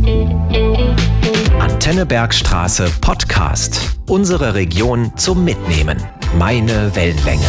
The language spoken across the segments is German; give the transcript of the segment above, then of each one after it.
Antennebergstraße Podcast. Unsere Region zum Mitnehmen. Meine Wellenlänge.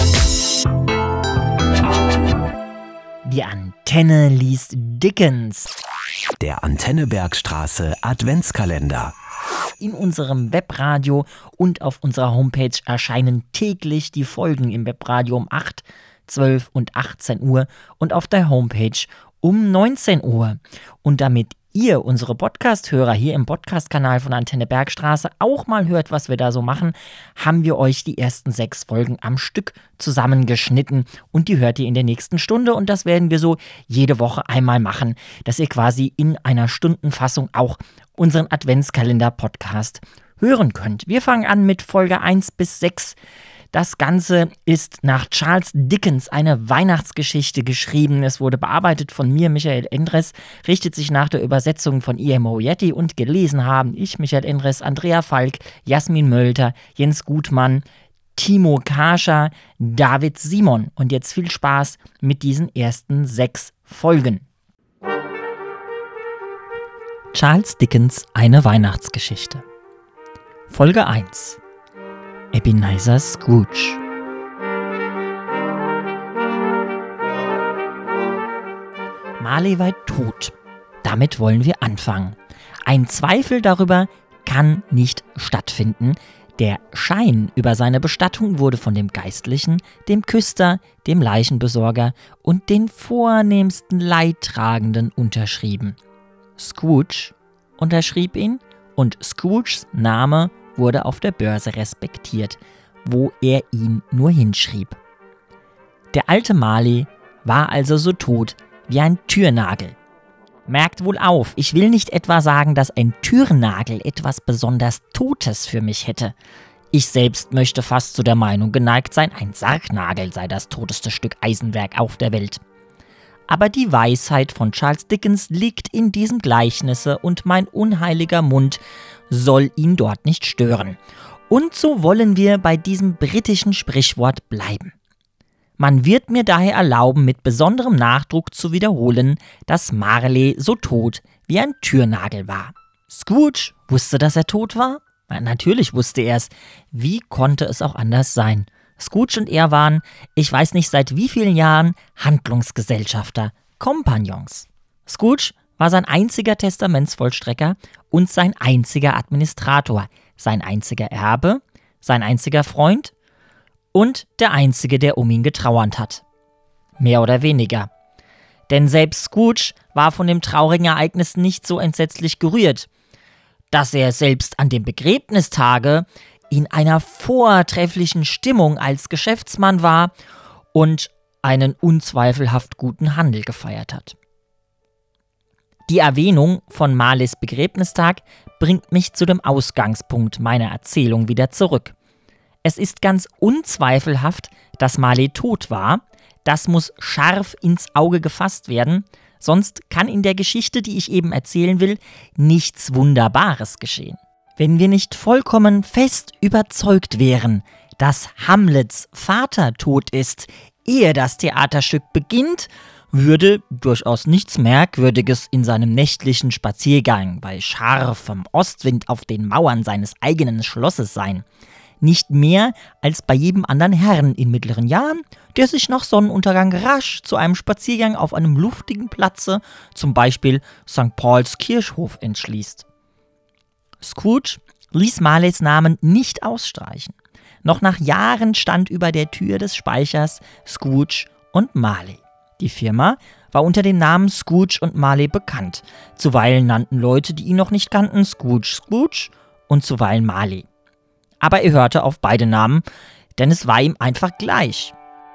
Die Antenne liest Dickens. Der Antennebergstraße Adventskalender. In unserem Webradio und auf unserer Homepage erscheinen täglich die Folgen im Webradio um 8, 12 und 18 Uhr und auf der Homepage um 19 Uhr. Und damit ihr, unsere Podcast-Hörer hier im Podcast-Kanal von Antenne Bergstraße, auch mal hört, was wir da so machen, haben wir euch die ersten 6 Folgen am Stück zusammengeschnitten und die hört ihr in der nächsten Stunde und das werden wir so jede Woche einmal machen, dass ihr quasi in einer Stundenfassung auch unseren Adventskalender-Podcast hören könnt. Wir fangen an mit Folge 1 bis 6. Das Ganze ist nach Charles Dickens eine Weihnachtsgeschichte geschrieben. Es wurde bearbeitet von mir, Michael Endres, richtet sich nach der Übersetzung von E.M. Yeti und gelesen haben ich, Michael Endres, Andrea Falk, Jasmin Mölter, Jens Gutmann, Timo Kascher, David Simon. Und jetzt viel Spaß mit diesen ersten 6 Folgen. Charles Dickens, eine Weihnachtsgeschichte. Folge 1. Ebenezer Scrooge. Marley war tot. Damit wollen wir anfangen. Ein Zweifel darüber kann nicht stattfinden. Der Schein über seine Bestattung wurde von dem Geistlichen, dem Küster, dem Leichenbesorger und den vornehmsten Leidtragenden unterschrieben. Scrooge unterschrieb ihn und Scrooges Name wurde auf der Börse respektiert, wo er ihn nur hinschrieb. Der alte Marley war also so tot wie ein Türnagel. Merkt wohl auf, ich will nicht etwa sagen, dass ein Türnagel etwas besonders Totes für mich hätte. Ich selbst möchte fast zu der Meinung geneigt sein, ein Sargnagel sei das toteste Stück Eisenwerk auf der Welt. Aber die Weisheit von Charles Dickens liegt in diesem Gleichnisse und mein unheiliger Mund soll ihn dort nicht stören. Und so wollen wir bei diesem britischen Sprichwort bleiben. Man wird mir daher erlauben, mit besonderem Nachdruck zu wiederholen, dass Marley so tot wie ein Türnagel war. Scrooge wusste, dass er tot war? Natürlich wusste er es. Wie konnte es auch anders sein? Scrooge und er waren, ich weiß nicht seit wie vielen Jahren, Handlungsgesellschafter, Kompagnons. Scrooge war sein einziger Testamentsvollstrecker und sein einziger Administrator, sein einziger Erbe, sein einziger Freund und der einzige, der um ihn getrauert hat. Mehr oder weniger. Denn selbst Scrooge war von dem traurigen Ereignis nicht so entsetzlich gerührt, dass er selbst an dem Begräbnistage in einer vortrefflichen Stimmung als Geschäftsmann war und einen unzweifelhaft guten Handel gefeiert hat. Die Erwähnung von Marleys Begräbnistag bringt mich zu dem Ausgangspunkt meiner Erzählung wieder zurück. Es ist ganz unzweifelhaft, dass Marley tot war. Das muss scharf ins Auge gefasst werden, sonst kann in der Geschichte, die ich eben erzählen will, nichts Wunderbares geschehen. Wenn wir nicht vollkommen fest überzeugt wären, dass Hamlets Vater tot ist, ehe das Theaterstück beginnt, würde durchaus nichts Merkwürdiges in seinem nächtlichen Spaziergang bei scharfem Ostwind auf den Mauern seines eigenen Schlosses sein. Nicht mehr als bei jedem anderen Herrn in mittleren Jahren, der sich nach Sonnenuntergang rasch zu einem Spaziergang auf einem luftigen Platze, zum Beispiel St. Pauls Kirchhof, entschließt. Scrooge ließ Marleys Namen nicht ausstreichen. Noch nach Jahren stand über der Tür des Speichers Scrooge und Marley. Die Firma war unter dem Namen Scrooge und Marley bekannt. Zuweilen nannten Leute, die ihn noch nicht kannten, Scrooge und zuweilen Marley. Aber er hörte auf beide Namen, denn es war ihm einfach gleich.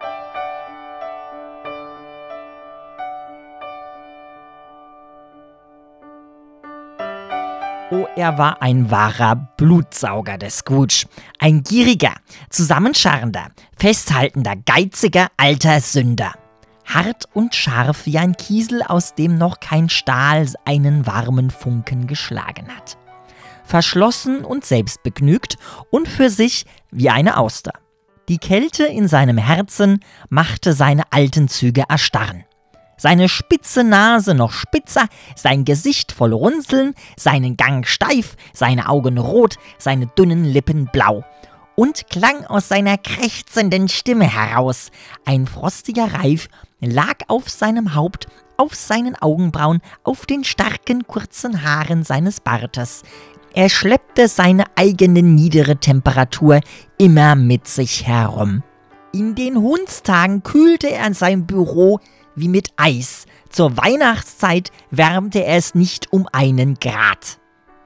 Oh, er war ein wahrer Blutsauger, der Scrooge. Ein gieriger, zusammenscharrender, festhaltender, geiziger, alter Sünder. Hart und scharf wie ein Kiesel, aus dem noch kein Stahl einen warmen Funken geschlagen hat. Verschlossen und selbstbegnügt und für sich wie eine Auster. Die Kälte in seinem Herzen machte seine alten Züge erstarren. Seine spitze Nase noch spitzer, sein Gesicht voll Runzeln, seinen Gang steif, seine Augen rot, seine dünnen Lippen blau. Und klang aus seiner krächzenden Stimme heraus. Ein frostiger Reif lag auf seinem Haupt, auf seinen Augenbrauen, auf den starken, kurzen Haaren seines Bartes. Er schleppte seine eigene niedere Temperatur immer mit sich herum. In den Hundstagen kühlte er sein Büro wie mit Eis. Zur Weihnachtszeit wärmte er es nicht um 1 Grad.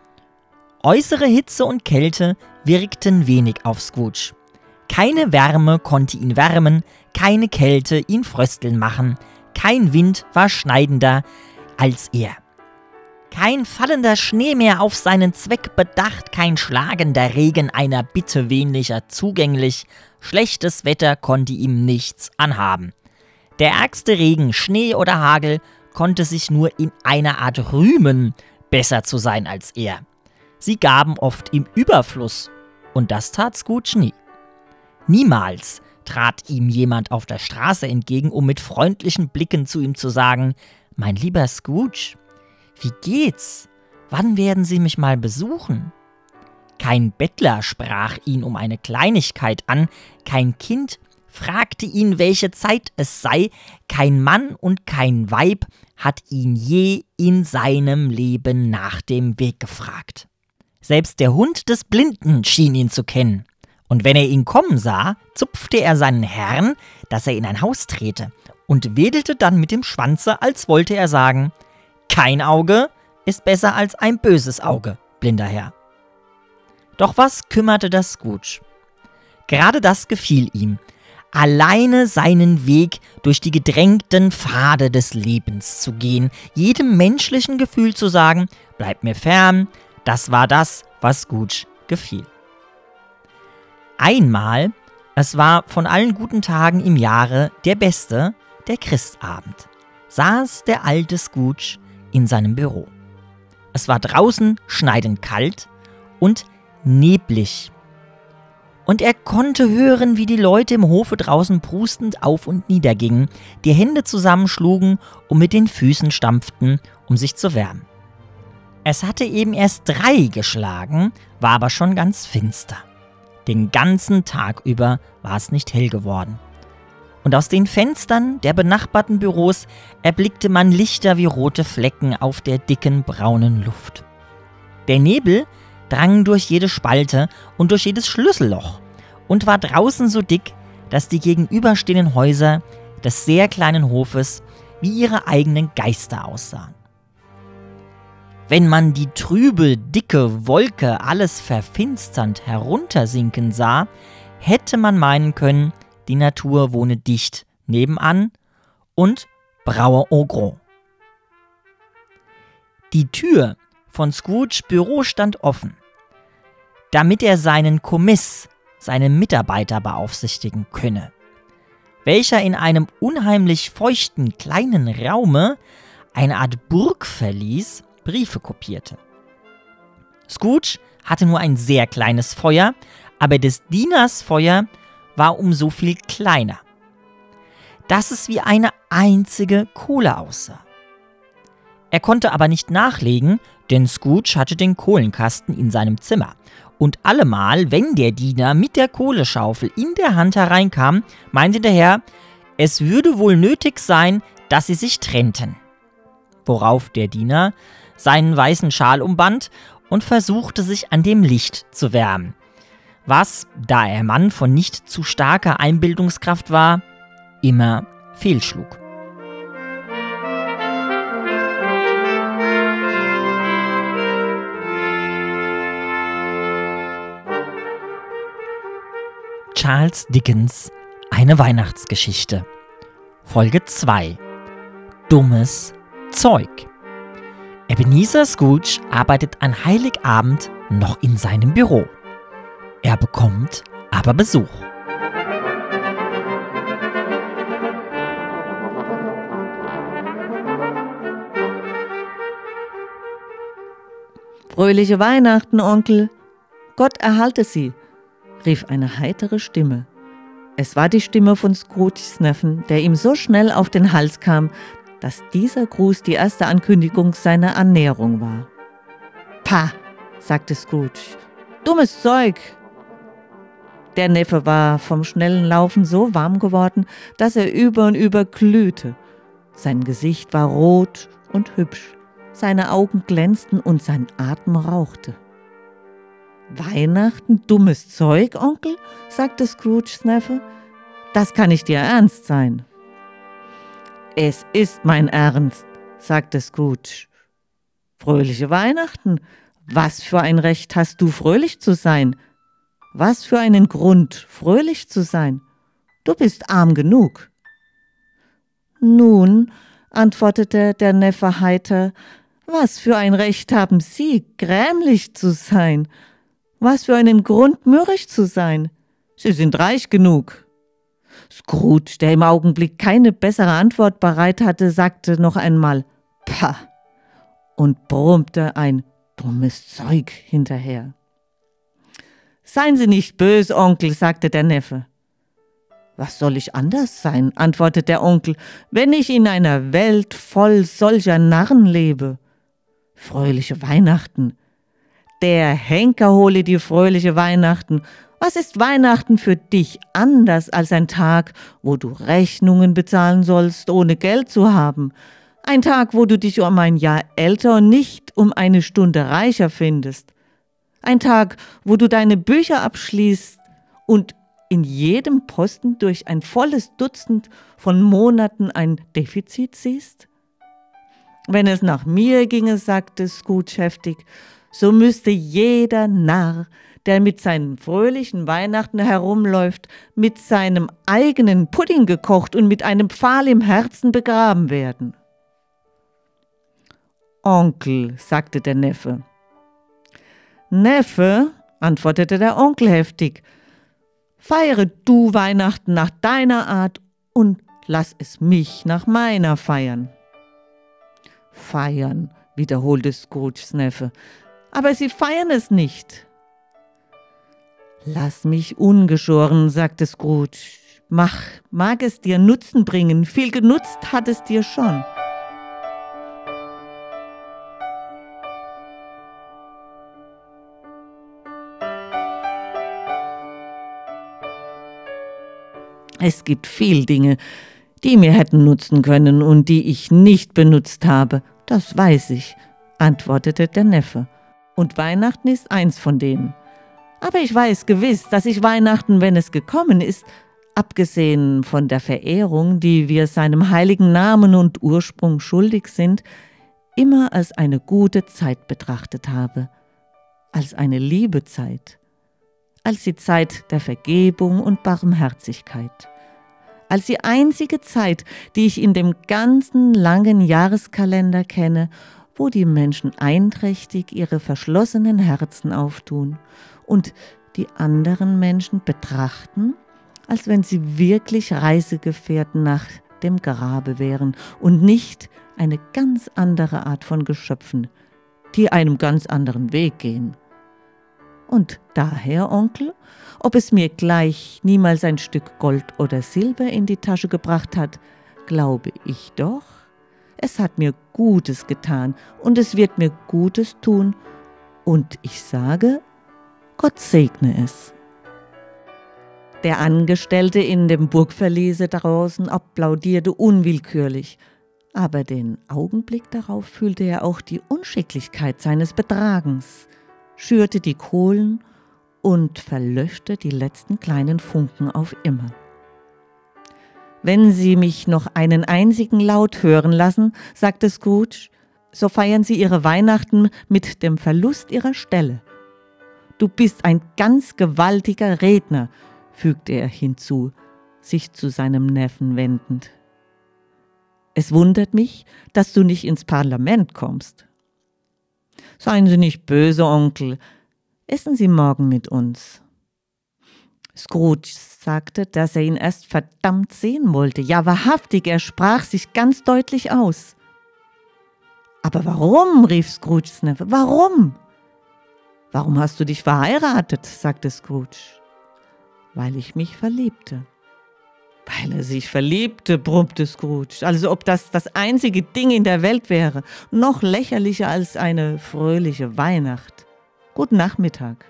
Äußere Hitze und Kälte wirkten wenig auf Scrooge. Keine Wärme konnte ihn wärmen, keine Kälte ihn frösteln machen, kein Wind war schneidender als er. Kein fallender Schnee mehr auf seinen Zweck bedacht, kein schlagender Regen einer Bitte weniger zugänglich, schlechtes Wetter konnte ihm nichts anhaben. Der ärgste Regen, Schnee oder Hagel konnte sich nur in einer Art rühmen, besser zu sein als er. Sie gaben oft im Überfluss, und das tat Scrooge nie. Niemals trat ihm jemand auf der Straße entgegen, um mit freundlichen Blicken zu ihm zu sagen: »Mein lieber Scrooge, wie geht's? Wann werden Sie mich mal besuchen?« Kein Bettler sprach ihn um eine Kleinigkeit an, kein Kind fragte ihn, welche Zeit es sei, kein Mann und kein Weib hat ihn je in seinem Leben nach dem Weg gefragt. Selbst der Hund des Blinden schien ihn zu kennen. Und wenn er ihn kommen sah, zupfte er seinen Herrn, dass er in ein Haus trete, und wedelte dann mit dem Schwanze, als wollte er sagen: »Kein Auge ist besser als ein böses Auge, blinder Herr.« Doch was kümmerte das Scrooge? Gerade das gefiel ihm, alleine seinen Weg durch die gedrängten Pfade des Lebens zu gehen, jedem menschlichen Gefühl zu sagen: »Bleib mir fern«, das war das, was Scrooge gefiel. Einmal, es war von allen guten Tagen im Jahre der beste, der Christabend, saß der alte Scrooge in seinem Büro. Es war draußen schneidend kalt und neblig. Und er konnte hören, wie die Leute im Hofe draußen prustend auf und nieder gingen, die Hände zusammenschlugen und mit den Füßen stampften, um sich zu wärmen. Es hatte eben erst 3 geschlagen, war aber schon ganz finster. Den ganzen Tag über war es nicht hell geworden. Und aus den Fenstern der benachbarten Büros erblickte man Lichter wie rote Flecken auf der dicken braunen Luft. Der Nebel drang durch jede Spalte und durch jedes Schlüsselloch und war draußen so dick, dass die gegenüberstehenden Häuser des sehr kleinen Hofes wie ihre eigenen Geister aussahen. Wenn man die trübe, dicke Wolke alles verfinsternd heruntersinken sah, hätte man meinen können, die Natur wohne dicht nebenan und braue au gros. Die Tür von Scrooges Büro stand offen, damit er seinen Kommiss, seinen Mitarbeiter beaufsichtigen könne, welcher in einem unheimlich feuchten kleinen Raume, eine Art Burgverlies, Briefe kopierte. Scrooge hatte nur ein sehr kleines Feuer, aber des Dieners Feuer war um so viel kleiner, dass es wie eine einzige Kohle aussah. Er konnte aber nicht nachlegen, denn Scrooge hatte den Kohlenkasten in seinem Zimmer. Und allemal, wenn der Diener mit der Kohleschaufel in der Hand hereinkam, meinte der Herr, es würde wohl nötig sein, dass sie sich trennten. Worauf der Diener seinen weißen Schal umband und versuchte, sich an dem Licht zu wärmen, was, da er Mann von nicht zu starker Einbildungskraft war, immer fehlschlug. Charles Dickens, eine Weihnachtsgeschichte. Folge 2. Dummes Zeug. Ebenezer Scrooge arbeitet an Heiligabend noch in seinem Büro. Er bekommt aber Besuch. »Fröhliche Weihnachten, Onkel! Gott erhalte Sie«, rief eine heitere Stimme. Es war die Stimme von Scrooges Neffen, der ihm so schnell auf den Hals kam, dass dieser Gruß die erste Ankündigung seiner Annäherung war. »Pah«, sagte Scrooge, »dummes Zeug!« Der Neffe war vom schnellen Laufen so warm geworden, dass er über und über glühte. Sein Gesicht war rot und hübsch, seine Augen glänzten und sein Atem rauchte. »Weihnachten, dummes Zeug, Onkel?« sagte Scrooges Neffe. »Das kann nicht Ihr Ernst sein.« »Es ist mein Ernst«, sagte Scrooge. »Fröhliche Weihnachten! Was für ein Recht hast du, fröhlich zu sein? Was für einen Grund, fröhlich zu sein? Du bist arm genug.« »Nun«, antwortete der Neffe heiter, »was für ein Recht haben Sie, grämlich zu sein? Was für einen Grund, mürrisch zu sein? Sie sind reich genug.« Scrooge, der im Augenblick keine bessere Antwort bereit hatte, sagte noch einmal »Pah« und brummte ein dummes Zeug hinterher. »Seien Sie nicht böse, Onkel«, sagte der Neffe. »Was soll ich anders sein«, antwortete der Onkel, »wenn ich in einer Welt voll solcher Narren lebe? Fröhliche Weihnachten. Der Henker hole die fröhliche Weihnachten. Was ist Weihnachten für dich anders als ein Tag, wo du Rechnungen bezahlen sollst, ohne Geld zu haben? Ein Tag, wo du dich um ein Jahr älter und nicht um eine Stunde reicher findest. Ein Tag, wo du deine Bücher abschließt und in jedem Posten durch ein volles Dutzend von Monaten ein Defizit siehst? Wenn es nach mir ginge«, sagte Scrooge heftig, »so müsste jeder Narr, der mit seinen fröhlichen Weihnachten herumläuft, mit seinem eigenen Pudding gekocht und mit einem Pfahl im Herzen begraben werden.« »Onkel«, sagte der Neffe. »Neffe«, antwortete der Onkel heftig, »feiere du Weihnachten nach deiner Art und lass es mich nach meiner feiern.« »Feiern«, wiederholte Scrooges Neffe, »aber Sie feiern es nicht.« »Lass mich ungeschoren«, sagte Scrooge, »mag es dir Nutzen bringen, viel genutzt hat es dir schon.« »Es gibt viel Dinge, die mir hätten nutzen können und die ich nicht benutzt habe, das weiß ich«, antwortete der Neffe. »Und Weihnachten ist eins von denen. Aber ich weiß gewiss, dass ich Weihnachten, wenn es gekommen ist, abgesehen von der Verehrung, die wir seinem heiligen Namen und Ursprung schuldig sind, immer als eine gute Zeit betrachtet habe, als eine Liebezeit, als die Zeit der Vergebung und Barmherzigkeit, als die einzige Zeit, die ich in dem ganzen langen Jahreskalender kenne, wo die Menschen einträchtig ihre verschlossenen Herzen auftun und die anderen Menschen betrachten, als wenn sie wirklich Reisegefährten nach dem Grabe wären und nicht eine ganz andere Art von Geschöpfen, die einem ganz anderen Weg gehen. Und daher, Onkel, ob es mir gleich niemals ein Stück Gold oder Silber in die Tasche gebracht hat, glaube ich doch, es hat mir Gutes getan und es wird mir Gutes tun und ich sage, Gott segne es.« Der Angestellte in dem Burgverliese draußen applaudierte unwillkürlich, aber den Augenblick darauf fühlte er auch die Unschicklichkeit seines Betragens, schürte die Kohlen und verlöschte die letzten kleinen Funken auf immer. »Wenn Sie mich noch einen einzigen Laut hören lassen«, sagte Scrooge, »so feiern Sie Ihre Weihnachten mit dem Verlust Ihrer Stelle. Du bist ein ganz gewaltiger Redner«, fügte er hinzu, sich zu seinem Neffen wendend. »Es wundert mich, dass du nicht ins Parlament kommst.« »Seien Sie nicht böse, Onkel. Essen Sie morgen mit uns.« Scrooge sagte, dass er ihn erst verdammt sehen wollte. Ja, wahrhaftig, er sprach sich ganz deutlich aus. »Aber warum?«, rief Scrooges Neffe. »Warum?« »Warum hast du dich verheiratet?«, sagte Scrooge. »Weil ich mich verliebte.« Weil er sich verliebte, brummte Scrooge, als ob das das einzige Ding in der Welt wäre, noch lächerlicher als eine fröhliche Weihnacht. Guten Nachmittag.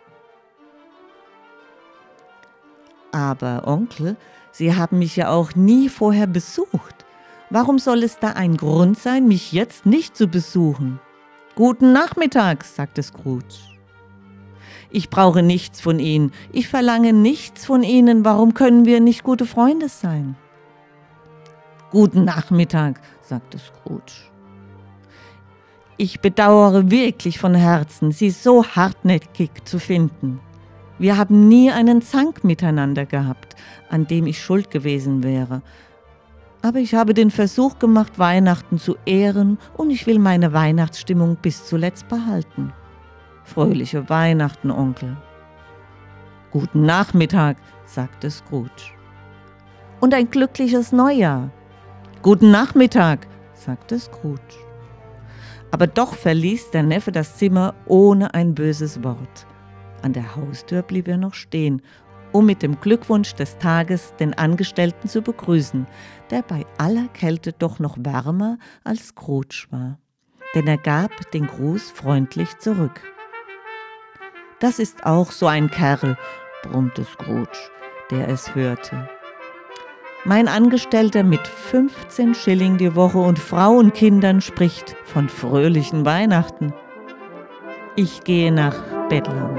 Aber Onkel, Sie haben mich ja auch nie vorher besucht. Warum soll es da ein Grund sein, mich jetzt nicht zu besuchen? Guten Nachmittag, sagte Scrooge. Ich brauche nichts von Ihnen. Ich verlange nichts von Ihnen. Warum können wir nicht gute Freunde sein? Guten Nachmittag, sagte Scrooge. Ich bedauere wirklich von Herzen, Sie so hartnäckig zu finden. Wir haben nie einen Zank miteinander gehabt, an dem ich schuld gewesen wäre. Aber ich habe den Versuch gemacht, Weihnachten zu ehren, und ich will meine Weihnachtsstimmung bis zuletzt behalten. Fröhliche Weihnachten, Onkel. Guten Nachmittag, sagte Scrooge. Und ein glückliches Neujahr. Guten Nachmittag, sagte Scrooge. Aber doch verließ der Neffe das Zimmer ohne ein böses Wort. An der Haustür blieb er noch stehen, um mit dem Glückwunsch des Tages den Angestellten zu begrüßen, der bei aller Kälte doch noch wärmer als Scrooge war. Denn er gab den Gruß freundlich zurück. Das ist auch so ein Kerl, brummte Scrooge, der es hörte. Mein Angestellter mit 15 Schilling die Woche und Frau und Kindern spricht von fröhlichen Weihnachten. Ich gehe nach Bedlam.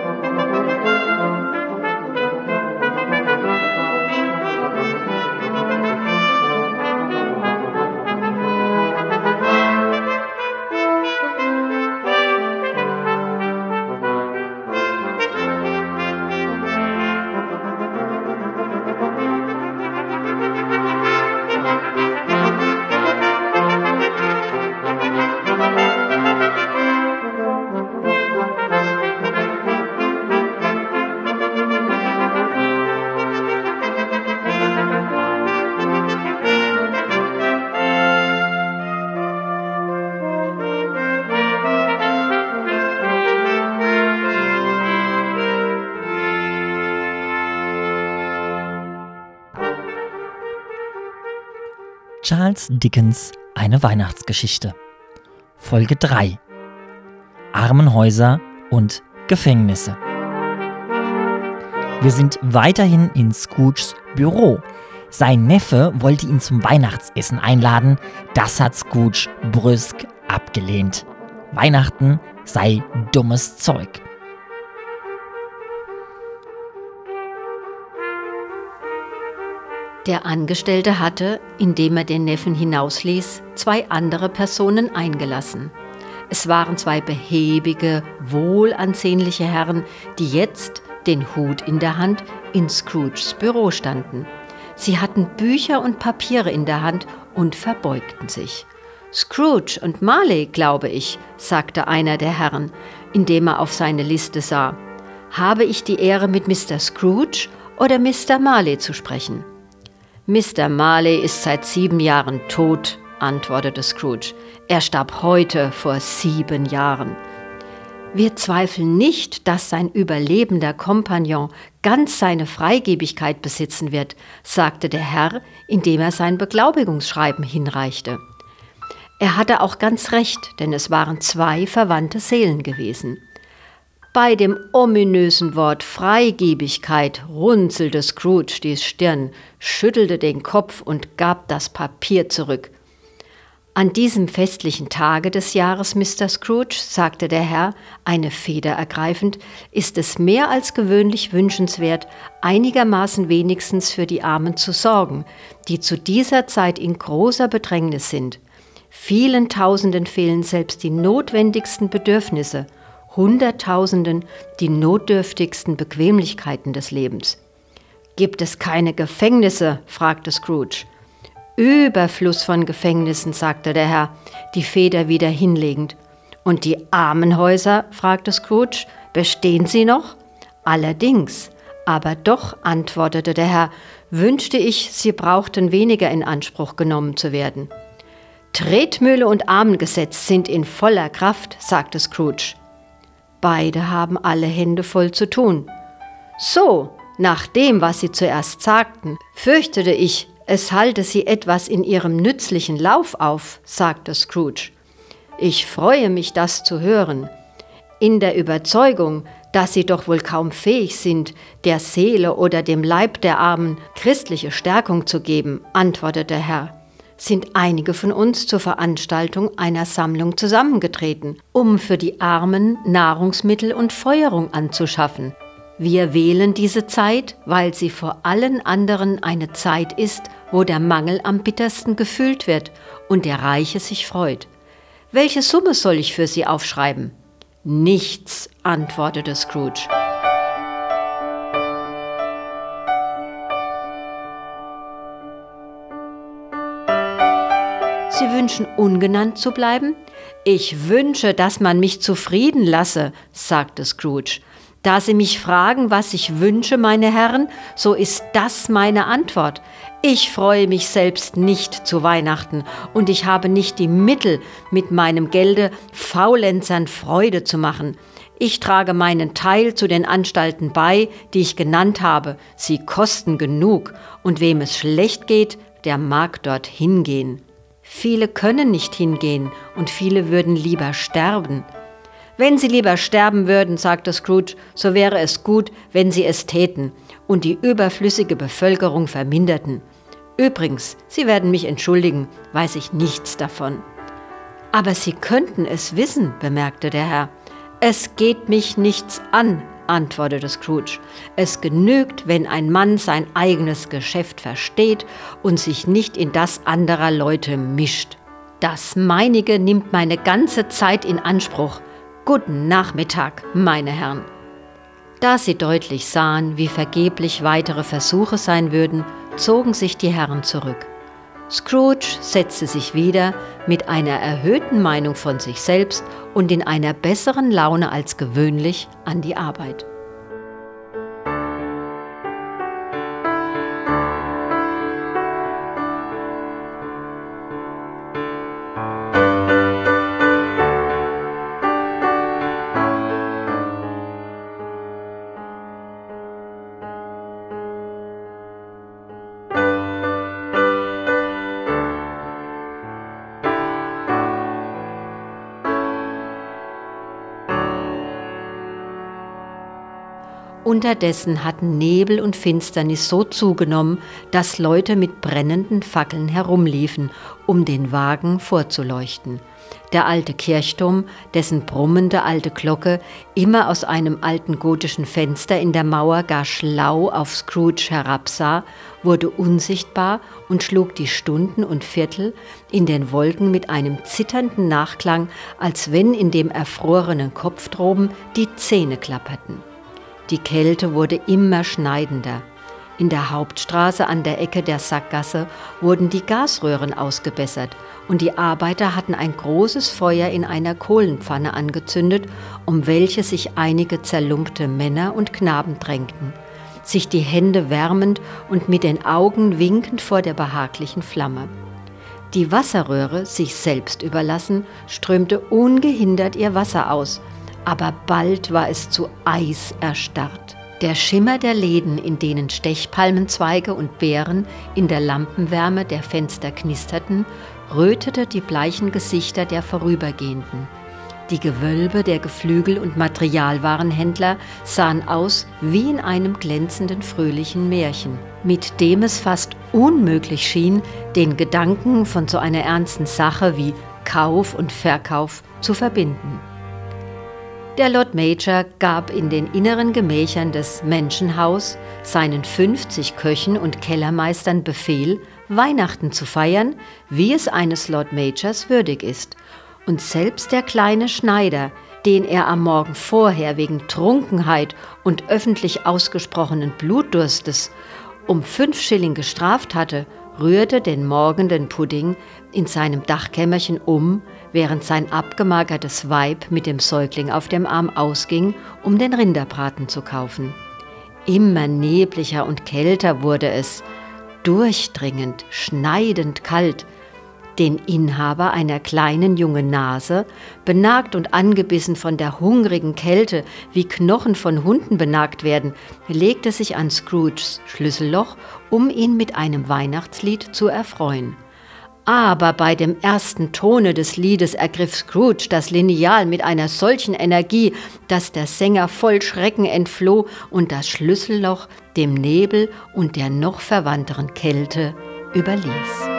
Charles Dickens' Eine Weihnachtsgeschichte. Folge 3. Armenhäuser und Gefängnisse. Wir sind weiterhin in Scrooges Büro. Sein Neffe wollte ihn zum Weihnachtsessen einladen. Das hat Scrooge brüsk abgelehnt. Weihnachten sei dummes Zeug. Der Angestellte hatte, indem er den Neffen hinausließ, 2 andere Personen eingelassen. Es waren 2 behäbige, wohlansehnliche Herren, die jetzt, den Hut in der Hand, in Scrooges Büro standen. Sie hatten Bücher und Papiere in der Hand und verbeugten sich. »Scrooge und Marley, glaube ich«, sagte einer der Herren, indem er auf seine Liste sah. »Habe ich die Ehre, mit Mr. Scrooge oder Mr. Marley zu sprechen?« »Mr. Marley ist seit 7 Jahren tot«, antwortete Scrooge. »Er starb heute vor 7 Jahren.« »Wir zweifeln nicht, dass sein überlebender Kompagnon ganz seine Freigebigkeit besitzen wird«, sagte der Herr, indem er sein Beglaubigungsschreiben hinreichte. Er hatte auch ganz recht, denn es waren 2 verwandte Seelen gewesen. Bei dem ominösen Wort Freigebigkeit runzelte Scrooge die Stirn, schüttelte den Kopf und gab das Papier zurück. »An diesem festlichen Tage des Jahres, Mr. Scrooge«, sagte der Herr, eine Feder ergreifend, »ist es mehr als gewöhnlich wünschenswert, einigermaßen wenigstens für die Armen zu sorgen, die zu dieser Zeit in großer Bedrängnis sind. Vielen Tausenden fehlen selbst die notwendigsten Bedürfnisse, Hunderttausenden die notdürftigsten Bequemlichkeiten des Lebens.« »Gibt es keine Gefängnisse?« fragte Scrooge. »Überfluss von Gefängnissen«, sagte der Herr, die Feder wieder hinlegend. »Und die Armenhäuser?« fragte Scrooge. »Bestehen sie noch?« »Allerdings. Aber doch«, antwortete der Herr, »wünschte ich, sie brauchten weniger in Anspruch genommen zu werden.« »Tretmühle und Armengesetz sind in voller Kraft«, sagte Scrooge. Beide haben alle Hände voll zu tun. »So«, Nach dem, was Sie zuerst sagten, fürchtete ich, es halte Sie etwas in Ihrem nützlichen Lauf auf, sagte Scrooge. Ich freue mich, das zu hören. In der Überzeugung, dass Sie doch wohl kaum fähig sind, der Seele oder dem Leib der Armen christliche Stärkung zu geben, antwortete der Herr, sind einige von uns zur Veranstaltung einer Sammlung zusammengetreten, um für die Armen Nahrungsmittel und Feuerung anzuschaffen. Wir wählen diese Zeit, weil sie vor allen anderen eine Zeit ist, wo der Mangel am bittersten gefühlt wird und der Reiche sich freut. Welche Summe soll ich für Sie aufschreiben? Nichts, antwortete Scrooge. Sie wünschen, ungenannt zu bleiben? Ich wünsche, dass man mich zufrieden lasse, sagte Scrooge. Da Sie mich fragen, was ich wünsche, meine Herren, so ist das meine Antwort. Ich freue mich selbst nicht zu Weihnachten und ich habe nicht die Mittel, mit meinem Gelde Faulenzern Freude zu machen. Ich trage meinen Teil zu den Anstalten bei, die ich genannt habe. Sie kosten genug und wem es schlecht geht, der mag dort hingehen. Viele können nicht hingehen und viele würden lieber sterben. Wenn Sie lieber sterben würden, sagte Scrooge, so wäre es gut, wenn Sie es täten und die überflüssige Bevölkerung verminderten. Übrigens, Sie werden mich entschuldigen, weiß ich nichts davon. Aber Sie könnten es wissen, bemerkte der Herr. Es geht mich nichts an, antwortete Scrooge. Es genügt, wenn ein Mann sein eigenes Geschäft versteht und sich nicht in das anderer Leute mischt. Das meinige nimmt meine ganze Zeit in Anspruch. Guten Nachmittag, meine Herren. Da sie deutlich sahen, wie vergeblich weitere Versuche sein würden, zogen sich die Herren zurück. Scrooge setzte sich wieder mit einer erhöhten Meinung von sich selbst und in einer besseren Laune als gewöhnlich an die Arbeit. Unterdessen hatten Nebel und Finsternis so zugenommen, dass Leute mit brennenden Fackeln herumliefen, um den Wagen vorzuleuchten. Der alte Kirchturm, dessen brummende alte Glocke immer aus einem alten gotischen Fenster in der Mauer gar schlau auf Scrooge herabsah, wurde unsichtbar und schlug die Stunden und Viertel in den Wolken mit einem zitternden Nachklang, als wenn in dem erfrorenen Kopf droben die Zähne klapperten. Die Kälte wurde immer schneidender. In der Hauptstraße an der Ecke der Sackgasse wurden die Gasröhren ausgebessert und die Arbeiter hatten ein großes Feuer in einer Kohlenpfanne angezündet, um welche sich einige zerlumpte Männer und Knaben drängten, sich die Hände wärmend und mit den Augen winkend vor der behaglichen Flamme. Die Wasserröhre, sich selbst überlassen, strömte ungehindert ihr Wasser aus, aber bald war es zu Eis erstarrt. Der Schimmer der Läden, in denen Stechpalmenzweige und Beeren in der Lampenwärme der Fenster knisterten, rötete die bleichen Gesichter der Vorübergehenden. Die Gewölbe der Geflügel- und Materialwarenhändler sahen aus wie in einem glänzenden, fröhlichen Märchen, mit dem es fast unmöglich schien, den Gedanken von so einer ernsten Sache wie Kauf und Verkauf zu verbinden. Der Lord Mayor gab in den inneren Gemächern des Menschenhaus seinen 50 Köchen und Kellermeistern Befehl, Weihnachten zu feiern, wie es eines Lord Mayors würdig ist. Und selbst der kleine Schneider, den er am Morgen vorher wegen Trunkenheit und öffentlich ausgesprochenen Blutdurstes um 5 Schilling gestraft hatte, rührte den morgenden Pudding in seinem Dachkämmerchen um, während sein abgemagertes Weib mit dem Säugling auf dem Arm ausging, um den Rinderbraten zu kaufen. Immer nebliger und kälter wurde es, durchdringend, schneidend kalt. den Inhaber einer kleinen jungen Nase, benagt und angebissen von der hungrigen Kälte, wie Knochen von Hunden benagt werden, legte sich an Scrooges Schlüsselloch, um ihn mit einem Weihnachtslied zu erfreuen. Aber bei dem ersten Tone des Liedes ergriff Scrooge das Lineal mit einer solchen Energie, dass der Sänger voll Schrecken entfloh und das Schlüsselloch dem Nebel und der noch verwandteren Kälte überließ.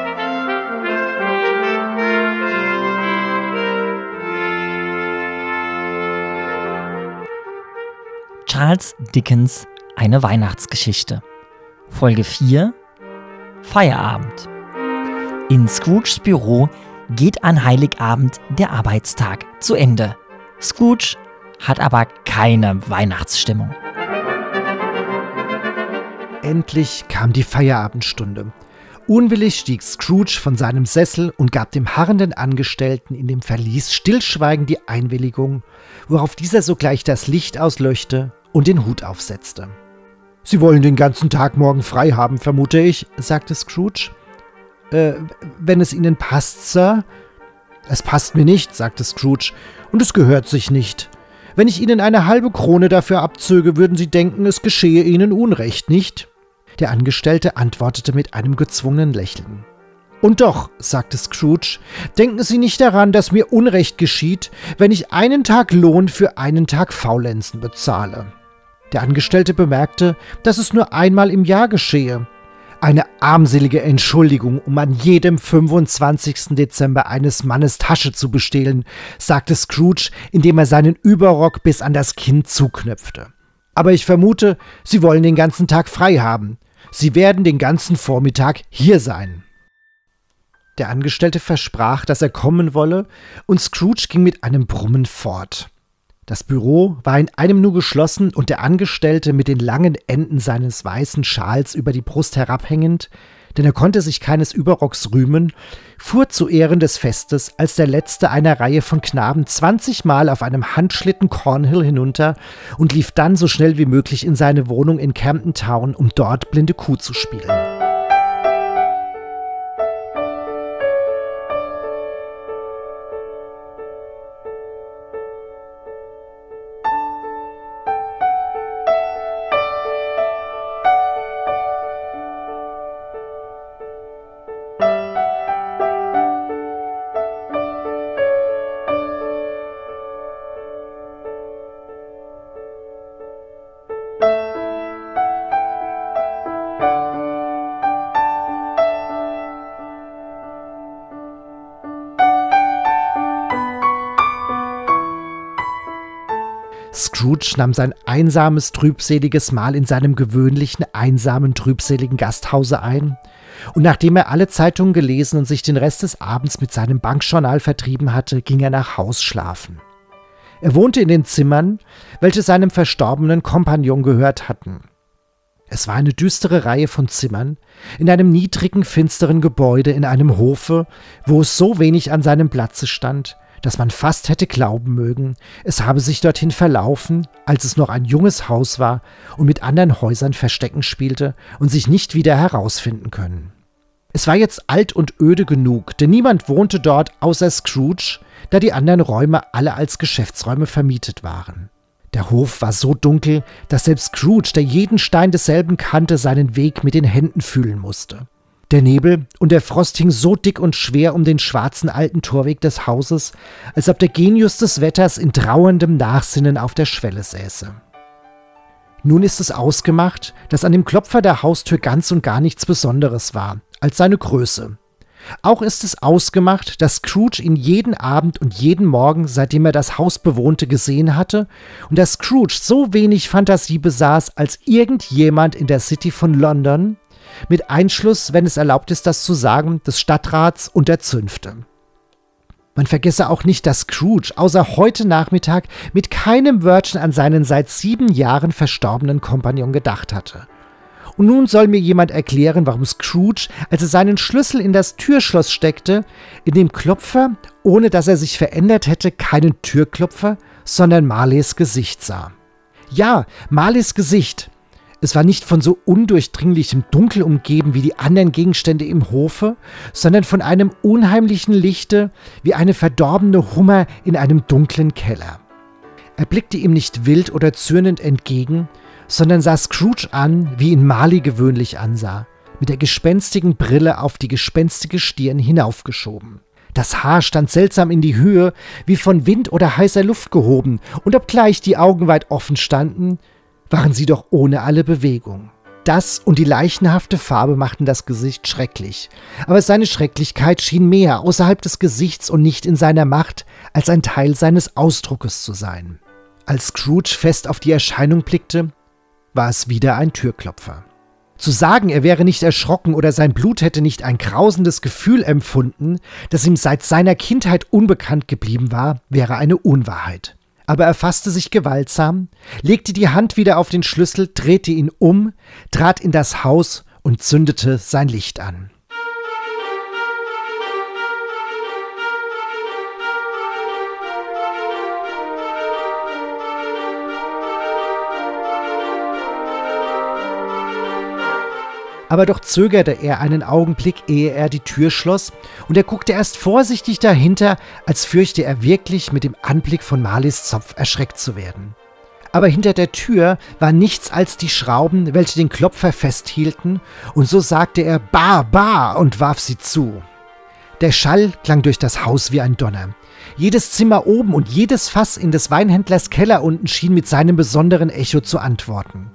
Charles Dickens' Eine Weihnachtsgeschichte. Folge 4: Feierabend. In Scrooges Büro geht an Heiligabend der Arbeitstag zu Ende. Scrooge hat aber keine Weihnachtsstimmung. Endlich kam die Feierabendstunde. Unwillig stieg Scrooge von seinem Sessel und gab dem harrenden Angestellten in dem Verlies stillschweigend die Einwilligung, worauf dieser sogleich das Licht auslöschte und den Hut aufsetzte. »Sie wollen den ganzen Tag morgen frei haben, vermute ich«, sagte Scrooge. »Wenn es Ihnen passt, Sir?« »Es passt mir nicht«, sagte Scrooge, »und es gehört sich nicht. Wenn ich Ihnen eine halbe Krone dafür abzöge, würden Sie denken, es geschehe Ihnen Unrecht, nicht?« Der Angestellte antwortete mit einem gezwungenen Lächeln. »Und doch«, sagte Scrooge, »denken Sie nicht daran, dass mir Unrecht geschieht, wenn ich einen Tag Lohn für einen Tag Faulenzen bezahle.« Der Angestellte bemerkte, dass es nur einmal im Jahr geschehe. Eine armselige Entschuldigung, um an jedem 25. Dezember eines Mannes Tasche zu bestehlen, sagte Scrooge, indem er seinen Überrock bis an das Kinn zuknöpfte. »Aber ich vermute, Sie wollen den ganzen Tag frei haben. Sie werden den ganzen Vormittag hier sein.« Der Angestellte versprach, dass er kommen wolle, und Scrooge ging mit einem Brummen fort. Das Büro war in einem Nu geschlossen und der Angestellte mit den langen Enden seines weißen Schals über die Brust herabhängend, denn er konnte sich keines Überrocks rühmen, fuhr zu Ehren des Festes als der letzte einer Reihe von Knaben 20 Mal auf einem Handschlitten Cornhill hinunter und lief dann so schnell wie möglich in seine Wohnung in Camden Town, um dort blinde Kuh zu spielen. Scrooge nahm sein einsames, trübseliges Mahl in seinem gewöhnlichen, einsamen, trübseligen Gasthause ein, und nachdem er alle Zeitungen gelesen und sich den Rest des Abends mit seinem Bankjournal vertrieben hatte, ging er nach Haus schlafen. Er wohnte in den Zimmern, welche seinem verstorbenen Kompagnon gehört hatten. Es war eine düstere Reihe von Zimmern, in einem niedrigen, finsteren Gebäude in einem Hofe, wo es so wenig an seinem Platze stand, dass man fast hätte glauben mögen, es habe sich dorthin verlaufen, als es noch ein junges Haus war und mit anderen Häusern Verstecken spielte und sich nicht wieder herausfinden können. Es war jetzt alt und öde genug, denn niemand wohnte dort außer Scrooge, da die anderen Räume alle als Geschäftsräume vermietet waren. Der Hof war so dunkel, dass selbst Scrooge, der jeden Stein desselben kannte, seinen Weg mit den Händen fühlen musste. Der Nebel und der Frost hing so dick und schwer um den schwarzen alten Torweg des Hauses, als ob der Genius des Wetters in trauerndem Nachsinnen auf der Schwelle säße. Nun ist es ausgemacht, dass an dem Klopfer der Haustür ganz und gar nichts Besonderes war, als seine Größe. Auch ist es ausgemacht, dass Scrooge ihn jeden Abend und jeden Morgen, seitdem er das Haus bewohnte, gesehen hatte und dass Scrooge so wenig Fantasie besaß als irgendjemand in der City von London, mit Einschluss, wenn es erlaubt ist, das zu sagen, des Stadtrats und der Zünfte. Man vergesse auch nicht, dass Scrooge außer heute Nachmittag mit keinem Wörtchen an seinen seit 7 Jahren verstorbenen Kompagnon gedacht hatte. Und nun soll mir jemand erklären, warum Scrooge, als er seinen Schlüssel in das Türschloss steckte, in dem Klopfer, ohne dass er sich verändert hätte, keinen Türklopfer, sondern Marleys Gesicht sah. Ja, Marleys Gesicht. Es war nicht von so undurchdringlichem Dunkel umgeben wie die anderen Gegenstände im Hofe, sondern von einem unheimlichen Lichte wie eine verdorbene Hummer in einem dunklen Keller. Er blickte ihm nicht wild oder zürnend entgegen, sondern sah Scrooge an, wie ihn Marley gewöhnlich ansah, mit der gespenstigen Brille auf die gespenstige Stirn hinaufgeschoben. Das Haar stand seltsam in die Höhe, wie von Wind oder heißer Luft gehoben, und obgleich die Augen weit offen standen, waren sie doch ohne alle Bewegung. Das und die leichenhafte Farbe machten das Gesicht schrecklich, aber seine Schrecklichkeit schien mehr außerhalb des Gesichts und nicht in seiner Macht, als ein Teil seines Ausdruckes zu sein. Als Scrooge fest auf die Erscheinung blickte, war es wieder ein Türklopfer. Zu sagen, er wäre nicht erschrocken oder sein Blut hätte nicht ein grausendes Gefühl empfunden, das ihm seit seiner Kindheit unbekannt geblieben war, wäre eine Unwahrheit. Aber er fasste sich gewaltsam, legte die Hand wieder auf den Schlüssel, drehte ihn um, trat in das Haus und zündete sein Licht an. Aber doch zögerte er einen Augenblick, ehe er die Tür schloss, und er guckte erst vorsichtig dahinter, als fürchte er wirklich, mit dem Anblick von Marleys Zopf erschreckt zu werden. Aber hinter der Tür war nichts als die Schrauben, welche den Klopfer festhielten, und so sagte er »Bar, bar« und warf sie zu. Der Schall klang durch das Haus wie ein Donner. Jedes Zimmer oben und jedes Fass in des Weinhändlers Keller unten schien mit seinem besonderen Echo zu antworten.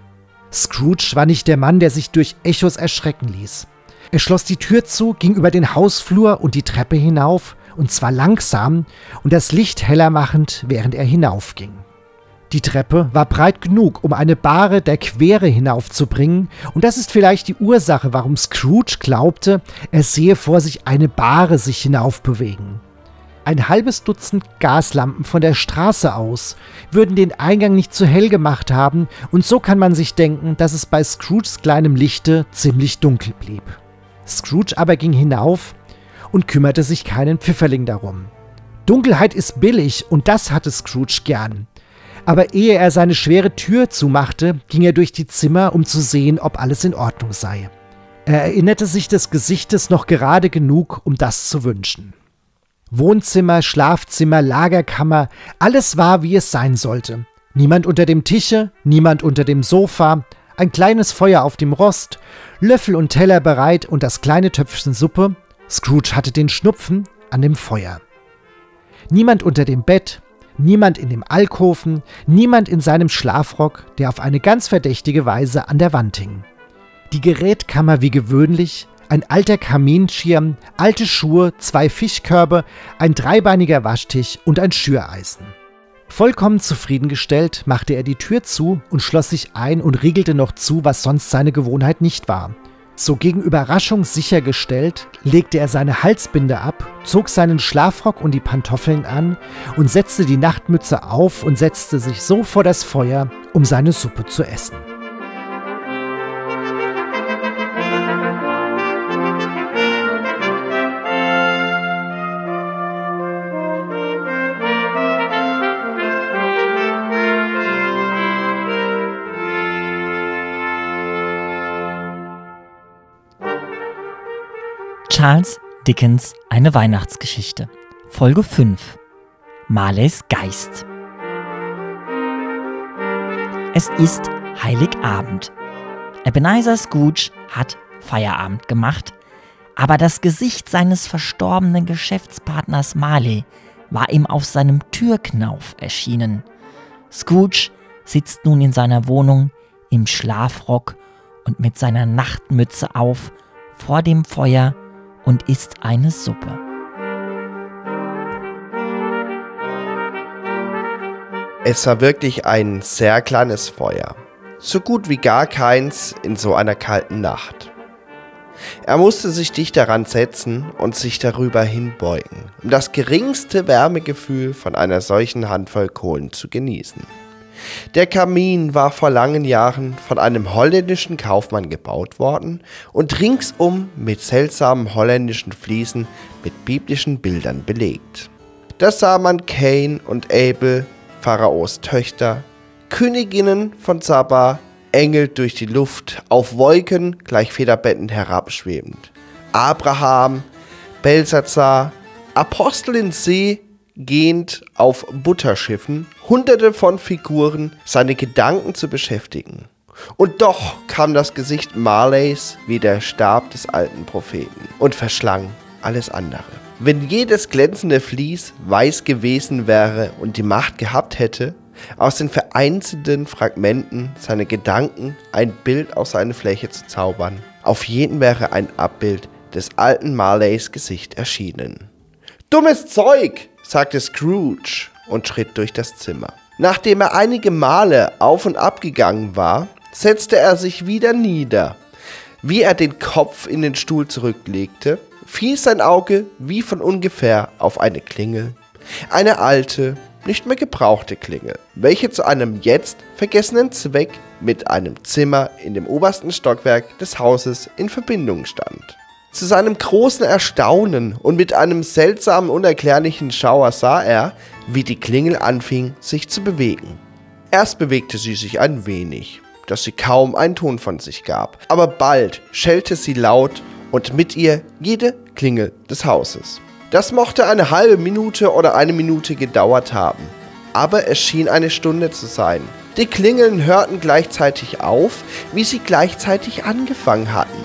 Scrooge war nicht der Mann, der sich durch Echos erschrecken ließ. Er schloss die Tür zu, ging über den Hausflur und die Treppe hinauf, und zwar langsam und das Licht heller machend, während er hinaufging. Die Treppe war breit genug, um eine Bahre der Quere hinaufzubringen, und das ist vielleicht die Ursache, warum Scrooge glaubte, er sehe vor sich eine Bahre sich hinaufbewegen. Ein halbes Dutzend Gaslampen von der Straße aus würden den Eingang nicht zu hell gemacht haben, und so kann man sich denken, dass es bei Scrooges kleinem Lichte ziemlich dunkel blieb. Scrooge aber ging hinauf und kümmerte sich keinen Pfifferling darum. Dunkelheit ist billig, und das hatte Scrooge gern. Aber ehe er seine schwere Tür zumachte, ging er durch die Zimmer, um zu sehen, ob alles in Ordnung sei. Er erinnerte sich des Gesichtes noch gerade genug, um das zu wünschen. Wohnzimmer, Schlafzimmer, Lagerkammer, alles war, wie es sein sollte. Niemand unter dem Tische, niemand unter dem Sofa, ein kleines Feuer auf dem Rost, Löffel und Teller bereit und das kleine Töpfchen Suppe, Scrooge hatte den Schnupfen, an dem Feuer. Niemand unter dem Bett, niemand in dem Alkoven, niemand in seinem Schlafrock, der auf eine ganz verdächtige Weise an der Wand hing. Die Gerätkammer wie gewöhnlich, ein alter Kaminschirm, alte Schuhe, 2 Fischkörbe, ein dreibeiniger Waschtisch und ein Schüreisen. Vollkommen zufriedengestellt machte er die Tür zu und schloss sich ein und riegelte noch zu, was sonst seine Gewohnheit nicht war. So gegen Überraschung sichergestellt, legte er seine Halsbinde ab, zog seinen Schlafrock und die Pantoffeln an und setzte die Nachtmütze auf und setzte sich so vor das Feuer, um seine Suppe zu essen. Charles Dickens Eine Weihnachtsgeschichte. Folge 5. Marleys Geist. Es ist Heiligabend. Ebenezer Scrooge hat Feierabend gemacht, aber das Gesicht seines verstorbenen Geschäftspartners Marley war ihm auf seinem Türknauf erschienen. Scrooge sitzt nun in seiner Wohnung im Schlafrock und mit seiner Nachtmütze auf vor dem Feuer und isst eine Suppe. Es war wirklich ein sehr kleines Feuer, so gut wie gar keins in so einer kalten Nacht. Er musste sich dicht daran setzen und sich darüber hinbeugen, um das geringste Wärmegefühl von einer solchen Handvoll Kohlen zu genießen. Der Kamin war vor langen Jahren von einem holländischen Kaufmann gebaut worden und ringsum mit seltsamen holländischen Fliesen mit biblischen Bildern belegt. Da sah man Cain und Abel, Pharaos Töchter, Königinnen von Saba, Engel durch die Luft, auf Wolken gleich Federbetten herabschwebend. Abraham, Belsazar, Apostel in See, gehend auf Butterschiffen, hunderte von Figuren, seine Gedanken zu beschäftigen. Und doch kam das Gesicht Marleys wie der Stab des alten Propheten und verschlang alles andere. Wenn jedes glänzende Vlies weiß gewesen wäre und die Macht gehabt hätte, aus den vereinzelten Fragmenten seiner Gedanken ein Bild auf seine Fläche zu zaubern, auf jeden wäre ein Abbild des alten Marleys Gesicht erschienen. »Dummes Zeug«, sagte Scrooge und schritt durch das Zimmer. Nachdem er einige Male auf und ab gegangen war, setzte er sich wieder nieder. Wie er den Kopf in den Stuhl zurücklegte, fiel sein Auge wie von ungefähr auf eine Klingel. Eine alte, nicht mehr gebrauchte Klingel, welche zu einem jetzt vergessenen Zweck mit einem Zimmer in dem obersten Stockwerk des Hauses in Verbindung stand. Zu seinem großen Erstaunen und mit einem seltsamen, unerklärlichen Schauer sah er, wie die Klingel anfing, sich zu bewegen. Erst bewegte sie sich ein wenig, dass sie kaum einen Ton von sich gab, aber bald schellte sie laut und mit ihr jede Klingel des Hauses. Das mochte eine halbe Minute oder eine Minute gedauert haben, aber es schien eine Stunde zu sein. Die Klingeln hörten gleichzeitig auf, wie sie gleichzeitig angefangen hatten.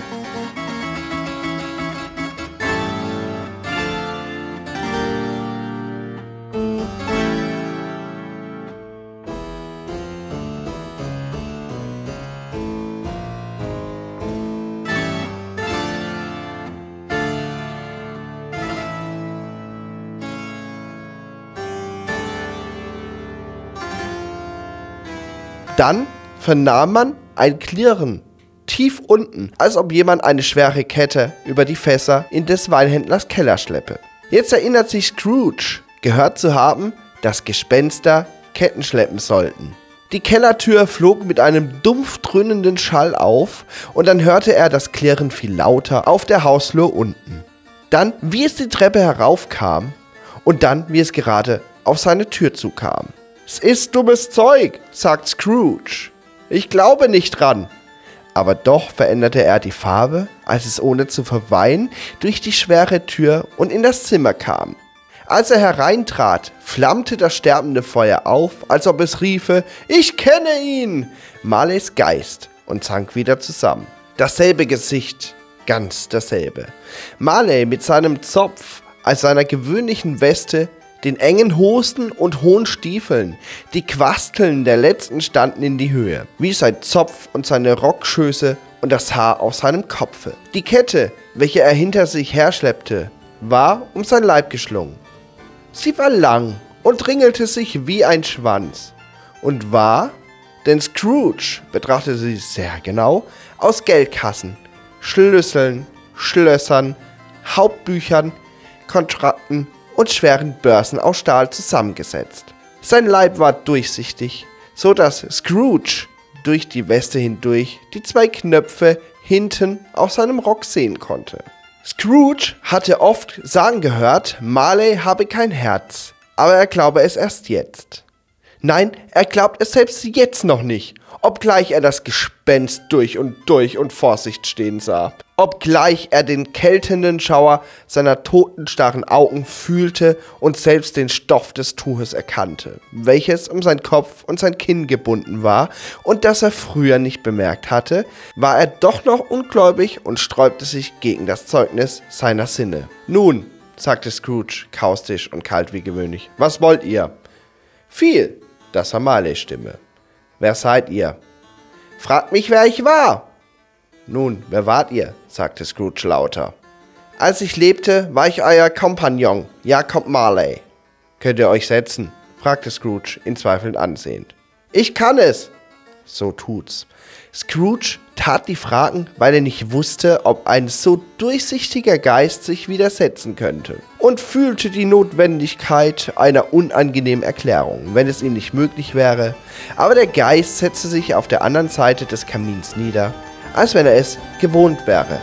Dann vernahm man ein Klirren, tief unten, als ob jemand eine schwere Kette über die Fässer in des Weinhändlers Keller schleppe. Jetzt erinnert sich Scrooge, gehört zu haben, dass Gespenster Ketten schleppen sollten. Die Kellertür flog mit einem dumpf dröhnenden Schall auf und dann hörte er das Klirren viel lauter auf der Hausflur unten. Dann, wie es die Treppe heraufkam und dann, wie es gerade auf seine Tür zukam. »Es ist dummes Zeug«, sagt Scrooge. »Ich glaube nicht dran.« Aber doch veränderte er die Farbe, als es ohne zu verweilen durch die schwere Tür und in das Zimmer kam. Als er hereintrat, flammte das sterbende Feuer auf, als ob es riefe, »Ich kenne ihn!« Marleys Geist und sank wieder zusammen. Dasselbe Gesicht, ganz dasselbe. Marley mit seinem Zopf, als seiner gewöhnlichen Weste, den engen Hosen und hohen Stiefeln. Die Quasteln der letzten standen in die Höhe, wie sein Zopf und seine Rockschöße und das Haar auf seinem Kopfe. Die Kette, welche er hinter sich herschleppte, war um sein Leib geschlungen. Sie war lang und ringelte sich wie ein Schwanz und war, denn Scrooge betrachtete sie sehr genau, aus Geldkassen, Schlüsseln, Schlössern, Hauptbüchern, Kontrakten und schweren Börsen aus Stahl zusammengesetzt. Sein Leib war durchsichtig, so dass Scrooge durch die Weste hindurch die zwei Knöpfe hinten auf seinem Rock sehen konnte. Scrooge hatte oft sagen gehört, Marley habe kein Herz, aber er glaube es erst jetzt. Nein, er glaubt es selbst jetzt noch nicht, obgleich er das Gespenst durch und vor sich stehen sah. Obgleich er den kältenden Schauer seiner totenstarren Augen fühlte und selbst den Stoff des Tuches erkannte, welches um seinen Kopf und sein Kinn gebunden war und das er früher nicht bemerkt hatte, war er doch noch ungläubig und sträubte sich gegen das Zeugnis seiner Sinne. »Nun«, sagte Scrooge, kaustisch und kalt wie gewöhnlich, »was wollt ihr?« »Viel«, das war Marleys Stimme. »Wer seid ihr?« »Fragt mich, wer ich war.« »Nun, wer wart ihr?«, sagte Scrooge lauter. »Als ich lebte, war ich euer Kompagnon, Jacob Marley.« »Könnt ihr euch setzen?«, fragte Scrooge ihn zweifelnd ansehend. »Ich kann es.« »So tut's.« Scrooge tat die Fragen, weil er nicht wusste, ob ein so durchsichtiger Geist sich widersetzen könnte, und fühlte die Notwendigkeit einer unangenehmen Erklärung, wenn es ihm nicht möglich wäre, aber der Geist setzte sich auf der anderen Seite des Kamins nieder, als wenn er es gewohnt wäre.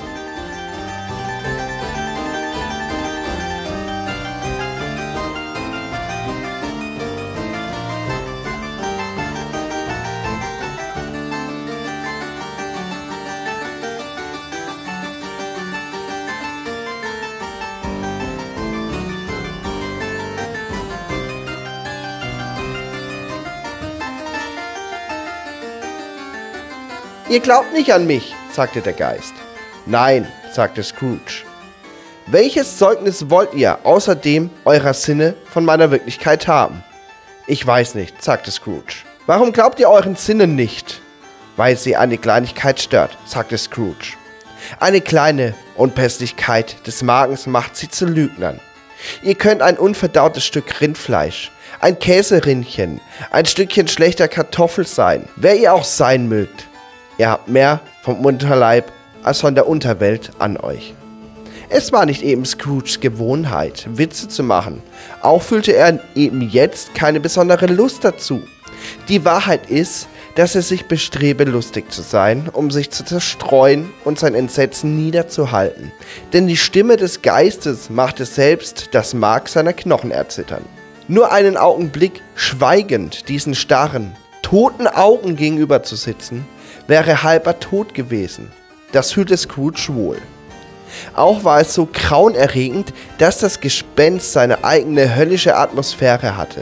Ihr glaubt nicht an mich, sagte der Geist. Nein, sagte Scrooge. Welches Zeugnis wollt ihr außerdem eurer Sinne von meiner Wirklichkeit haben? Ich weiß nicht, sagte Scrooge. Warum glaubt ihr euren Sinnen nicht? Weil sie eine Kleinigkeit stört, sagte Scrooge. Eine kleine Unpässlichkeit des Magens macht sie zu Lügnern. Ihr könnt ein unverdautes Stück Rindfleisch, ein Käserinnchen, ein Stückchen schlechter Kartoffel sein, wer ihr auch sein mögt. Ihr habt mehr vom Unterleib als von der Unterwelt an euch. Es war nicht eben Scrooges Gewohnheit, Witze zu machen. Auch fühlte er eben jetzt keine besondere Lust dazu. Die Wahrheit ist, dass er sich bestrebe, lustig zu sein, um sich zu zerstreuen und sein Entsetzen niederzuhalten. Denn die Stimme des Geistes machte selbst das Mark seiner Knochen erzittern. Nur einen Augenblick schweigend diesen starren, toten Augen gegenüber zu sitzen, wäre halber tot gewesen. Das fühlte Scrooge wohl. Auch war es so grauenerregend, dass das Gespenst seine eigene höllische Atmosphäre hatte.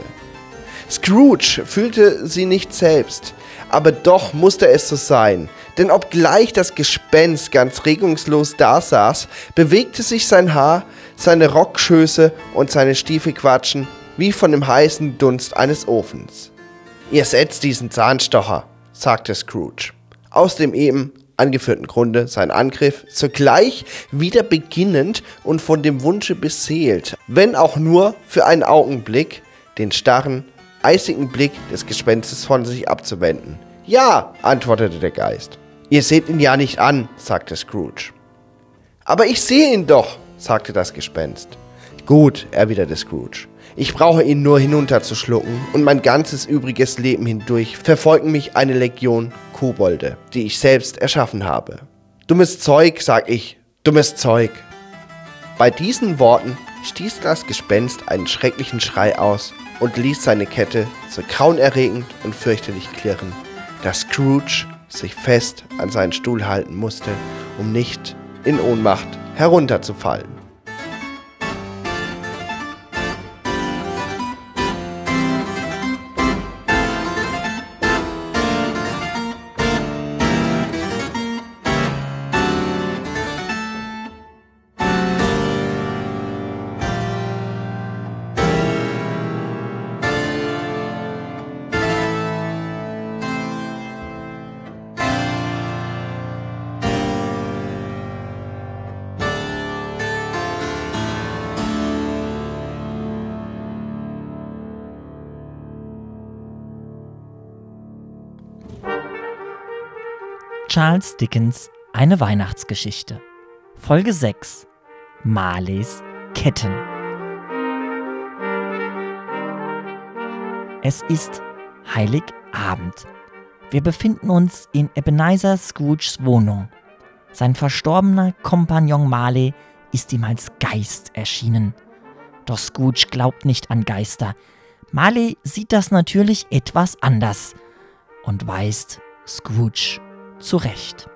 Scrooge fühlte sie nicht selbst, aber doch musste es so sein, denn obgleich das Gespenst ganz regungslos dasaß, bewegte sich sein Haar, seine Rockschöße und seine Stiefelquatschen wie von dem heißen Dunst eines Ofens. »Ihr setzt diesen Zahnstocher«, sagte Scrooge, aus dem eben angeführten Grunde seinen Angriff sogleich wieder beginnend und von dem Wunsche beseelt, wenn auch nur für einen Augenblick, den starren, eisigen Blick des Gespenstes von sich abzuwenden. »Ja«, antwortete der Geist. »Ihr seht ihn ja nicht an«, sagte Scrooge. »Aber ich sehe ihn doch«, sagte das Gespenst. »Gut«, erwiderte Scrooge. »Ich brauche ihn nur hinunterzuschlucken und mein ganzes übriges Leben hindurch verfolgen mich eine Legion Kobolde, die ich selbst erschaffen habe. Dummes Zeug, sag ich, dummes Zeug.« Bei diesen Worten stieß das Gespenst einen schrecklichen Schrei aus und ließ seine Kette so grauenerregend und fürchterlich klirren, dass Scrooge sich fest an seinen Stuhl halten musste, um nicht in Ohnmacht herunterzufallen. Charles Dickens Eine Weihnachtsgeschichte. Folge 6. Marleys Ketten. Es ist Heiligabend. Wir befinden uns in Ebenezer Scrooges Wohnung. Sein verstorbener Kompagnon Marley ist ihm als Geist erschienen. Doch Scrooge glaubt nicht an Geister. Marley sieht das natürlich etwas anders und weist Scrooge zurecht.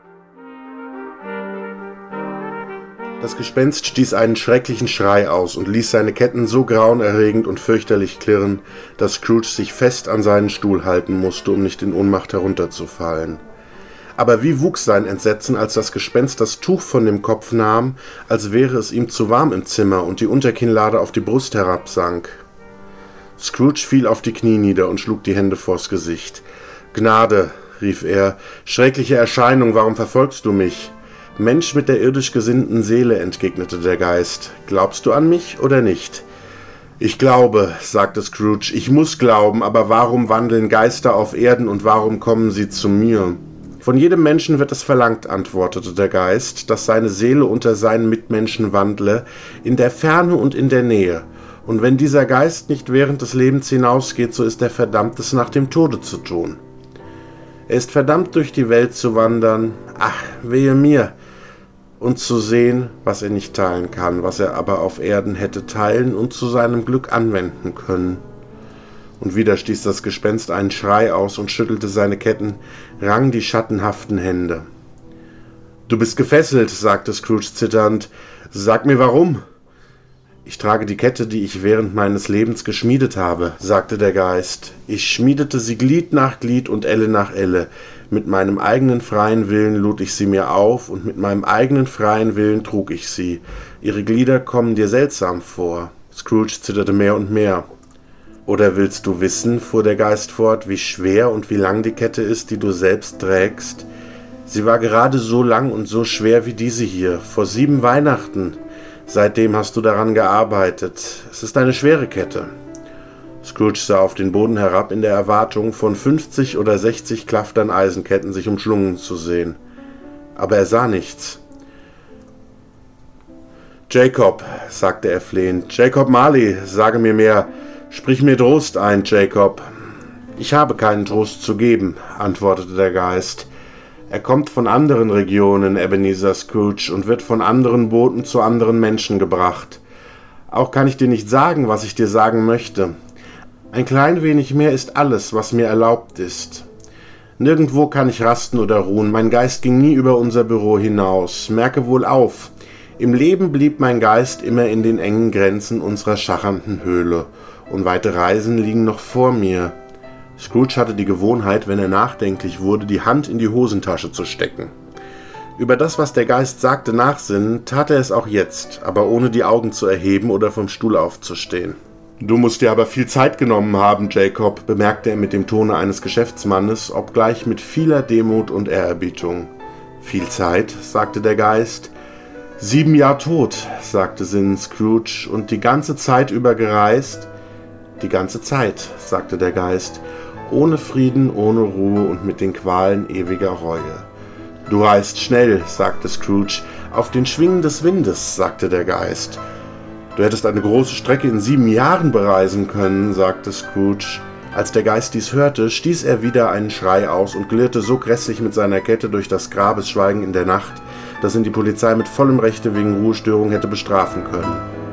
Das Gespenst stieß einen schrecklichen Schrei aus und ließ seine Ketten so grauenerregend und fürchterlich klirren, dass Scrooge sich fest an seinen Stuhl halten musste, um nicht in Ohnmacht herunterzufallen. Aber wie wuchs sein Entsetzen, als das Gespenst das Tuch von dem Kopf nahm, als wäre es ihm zu warm im Zimmer und die Unterkinnlade auf die Brust herabsank. Scrooge fiel auf die Knie nieder und schlug die Hände vors Gesicht. »Gnade«, rief er, »schreckliche Erscheinung, warum verfolgst du mich?« »Mensch mit der irdisch gesinnten Seele«, entgegnete der Geist, »glaubst du an mich oder nicht?« »Ich glaube«, sagte Scrooge, »ich muss glauben, aber warum wandeln Geister auf Erden und warum kommen sie zu mir?« »Von jedem Menschen wird es verlangt«, antwortete der Geist, »dass seine Seele unter seinen Mitmenschen wandle, in der Ferne und in der Nähe. Und wenn dieser Geist nicht während des Lebens hinausgeht, so ist er verdammt, es nach dem Tode zu tun. Er ist verdammt, durch die Welt zu wandern, ach, wehe mir, und zu sehen, was er nicht teilen kann, was er aber auf Erden hätte teilen und zu seinem Glück anwenden können.« Und wieder stieß das Gespenst einen Schrei aus und schüttelte seine Ketten, rang die schattenhaften Hände. »Du bist gefesselt«, sagte Scrooge zitternd. »Sag mir, warum?« »Ich trage die Kette, die ich während meines Lebens geschmiedet habe«, sagte der Geist. »Ich schmiedete sie Glied nach Glied und Elle nach Elle. Mit meinem eigenen freien Willen lud ich sie mir auf, und mit meinem eigenen freien Willen trug ich sie. Ihre Glieder kommen dir seltsam vor.« Scrooge zitterte mehr und mehr. »Oder willst du wissen«, fuhr der Geist fort, »wie schwer und wie lang die Kette ist, die du selbst trägst? Sie war gerade so lang und so schwer wie diese hier, vor 7 Weihnachten. Seitdem hast du daran gearbeitet. Es ist eine schwere Kette.« Scrooge sah auf den Boden herab in der Erwartung, von 50 oder 60 Klaftern Eisenketten sich umschlungen zu sehen. Aber er sah nichts. »Jacob«, sagte er flehend, »Jacob Marley, sage mir mehr. Sprich mir Trost ein, Jacob.« »Ich habe keinen Trost zu geben«, antwortete der Geist. »Er kommt von anderen Regionen, Ebenezer Scrooge, und wird von anderen Booten zu anderen Menschen gebracht. Auch kann ich dir nicht sagen, was ich dir sagen möchte. Ein klein wenig mehr ist alles, was mir erlaubt ist. Nirgendwo kann ich rasten oder ruhen. Mein Geist ging nie über unser Büro hinaus. Merke wohl auf, im Leben blieb mein Geist immer in den engen Grenzen unserer schachernden Höhle, und weite Reisen liegen noch vor mir.« Scrooge hatte die Gewohnheit, wenn er nachdenklich wurde, die Hand in die Hosentasche zu stecken. Über das, was der Geist sagte, nachsinnen, tat er es auch jetzt, aber ohne die Augen zu erheben oder vom Stuhl aufzustehen. »Du musst dir aber viel Zeit genommen haben, Jacob«, bemerkte er mit dem Tone eines Geschäftsmannes, obgleich mit vieler Demut und Ehrerbietung. »Viel Zeit«, sagte der Geist. »7 Jahre tot«, sagte sinnend Scrooge, »und die ganze Zeit über gereist?« »Die ganze Zeit«, sagte der Geist, »ohne Frieden, ohne Ruhe und mit den Qualen ewiger Reue.« »Du reist schnell«, sagte Scrooge. »Auf den Schwingen des Windes«, sagte der Geist. »Du hättest eine große Strecke in 7 Jahren bereisen können«, sagte Scrooge. Als der Geist dies hörte, stieß er wieder einen Schrei aus und klirrte so grässlich mit seiner Kette durch das Grabesschweigen in der Nacht, dass ihn die Polizei mit vollem Rechte wegen Ruhestörung hätte bestrafen können.